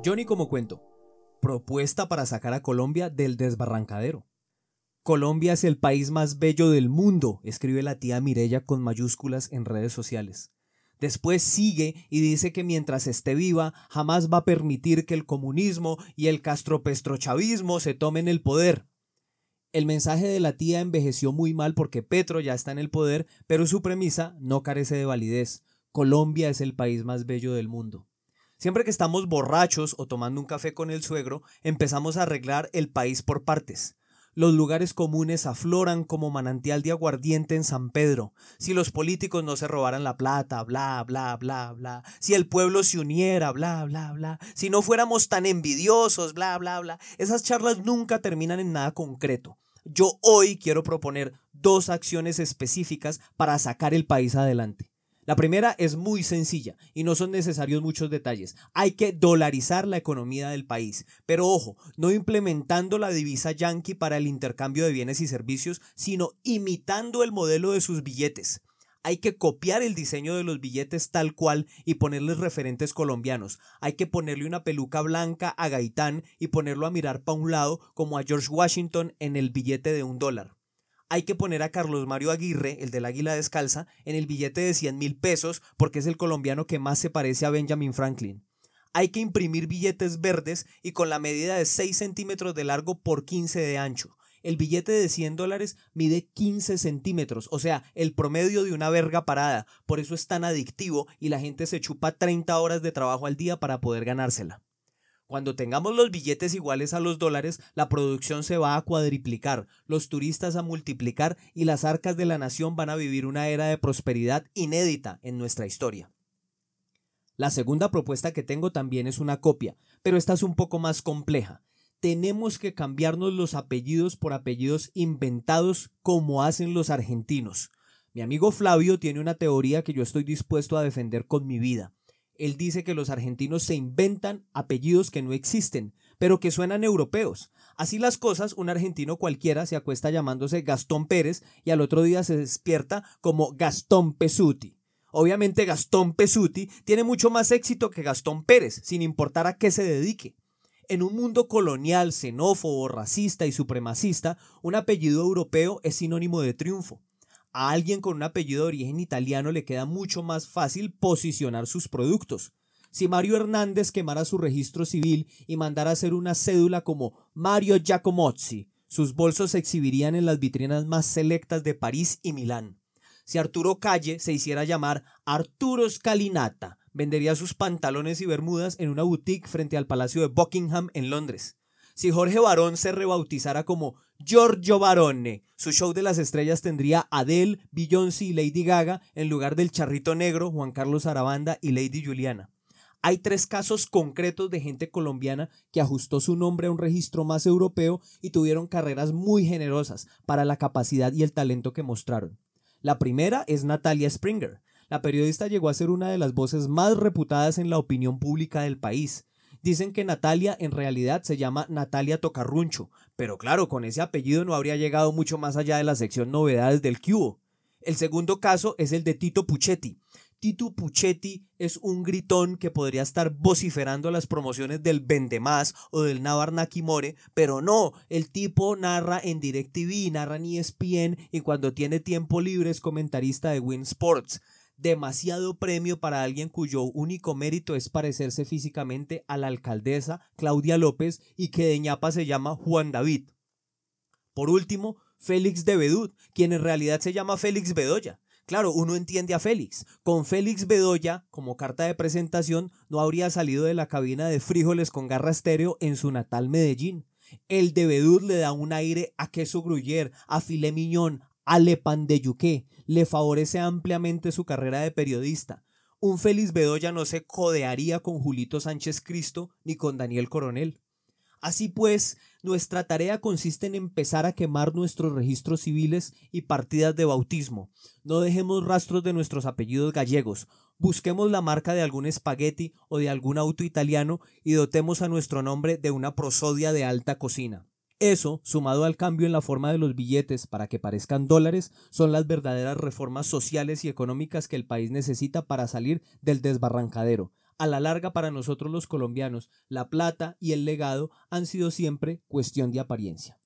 Johnny como cuento. Propuesta para sacar a Colombia del desbarrancadero. Colombia es el país más bello del mundo, escribe la tía Mireya con mayúsculas en redes sociales. Después sigue y dice que mientras esté viva jamás va a permitir que el comunismo y el castropestrochavismo se tomen el poder. El mensaje de la tía envejeció muy mal porque Petro ya está en el poder, pero su premisa no carece de validez. Colombia es el país más bello del mundo. Siempre que estamos borrachos o tomando un café con el suegro, empezamos a arreglar el país por partes. Los lugares comunes afloran como manantial de aguardiente en San Pedro. Si los políticos no se robaran la plata, bla, bla, bla, bla. Si el pueblo se uniera, bla, bla, bla. Si no fuéramos tan envidiosos, bla, bla, bla. Esas charlas nunca terminan en nada concreto. Yo hoy quiero proponer 2 acciones específicas para sacar el país adelante. La primera es muy sencilla y no son necesarios muchos detalles. Hay que dolarizar la economía del país. Pero ojo, no implementando la divisa yanqui para el intercambio de bienes y servicios, sino imitando el modelo de sus billetes. Hay que copiar el diseño de los billetes tal cual y ponerles referentes colombianos. Hay que ponerle una peluca blanca a Gaitán y ponerlo a mirar para un lado como a George Washington en el billete de $1. Hay que poner a Carlos Mario Aguirre, el del águila descalza, en el billete de 100.000 pesos porque es el colombiano que más se parece a Benjamin Franklin. Hay que imprimir billetes verdes y con la medida de 6 centímetros de largo por 15 de ancho. El billete de $100 mide 15 centímetros, o sea, el promedio de una verga parada. Por eso es tan adictivo y la gente se chupa 30 horas de trabajo al día para poder ganársela. Cuando tengamos los billetes iguales a los dólares, la producción se va a cuadriplicar, los turistas a multiplicar y las arcas de la nación van a vivir una era de prosperidad inédita en nuestra historia. La segunda propuesta que tengo también es una copia, pero esta es un poco más compleja. Tenemos que cambiarnos los apellidos por apellidos inventados como hacen los argentinos. Mi amigo Flavio tiene una teoría que yo estoy dispuesto a defender con mi vida. Él dice que los argentinos se inventan apellidos que no existen, pero que suenan europeos. Así las cosas, un argentino cualquiera se acuesta llamándose Gastón Pérez y al otro día se despierta como Gastón Pesuti. Obviamente Gastón Pesuti tiene mucho más éxito que Gastón Pérez, sin importar a qué se dedique. En un mundo colonial, xenófobo, racista y supremacista, un apellido europeo es sinónimo de triunfo. A alguien con un apellido de origen italiano le queda mucho más fácil posicionar sus productos. Si Mario Hernández quemara su registro civil y mandara hacer una cédula como Mario Giacomozzi, sus bolsos se exhibirían en las vitrinas más selectas de París y Milán. Si Arturo Calle se hiciera llamar Arturo Scalinata, vendería sus pantalones y bermudas en una boutique frente al Palacio de Buckingham en Londres. Si Jorge Barón se rebautizara como Giorgio Barone, su show de las estrellas tendría Adele, Beyoncé y Lady Gaga en lugar del Charrito Negro, Juan Carlos Arabanda y Lady Juliana. Hay 3 casos concretos de gente colombiana que ajustó su nombre a un registro más europeo y tuvieron carreras muy generosas para la capacidad y el talento que mostraron. La primera es Natalia Springer. La periodista llegó a ser una de las voces más reputadas en la opinión pública del país. Dicen que Natalia en realidad se llama Natalia Tocarruncho, pero claro, con ese apellido no habría llegado mucho más allá de la sección novedades del Cubo. El segundo caso es el de Tito Puchetti. Tito Puchetti es un gritón que podría estar vociferando las promociones del Vendemás o del Navarnaki More, pero no, el tipo narra en DirecTV, narra en ESPN y cuando tiene tiempo libre es comentarista de Win Sports. Demasiado premio para alguien cuyo único mérito es parecerse físicamente a la alcaldesa Claudia López y que de ñapa se llama Juan David. Por último, Félix de Bedut, quien en realidad se llama Félix Bedoya. Claro, uno entiende a Félix. Con Félix Bedoya, como carta de presentación, no habría salido de la cabina de Frijoles con Garra Estéreo en su natal Medellín. El de Bedut le da un aire a queso gruyère, a filet mignon, a le pan de yuqué. Le favorece ampliamente su carrera de periodista. Un Félix Bedoya no se codearía con Julito Sánchez Cristo ni con Daniel Coronel. Así pues, nuestra tarea consiste en empezar a quemar nuestros registros civiles y partidas de bautismo. No dejemos rastros de nuestros apellidos gallegos. Busquemos la marca de algún espagueti o de algún auto italiano y dotemos a nuestro nombre de una prosodia de alta cocina. Eso, sumado al cambio en la forma de los billetes para que parezcan dólares, son las verdaderas reformas sociales y económicas que el país necesita para salir del desbarrancadero. A la larga, para nosotros los colombianos, la plata y el legado han sido siempre cuestión de apariencia.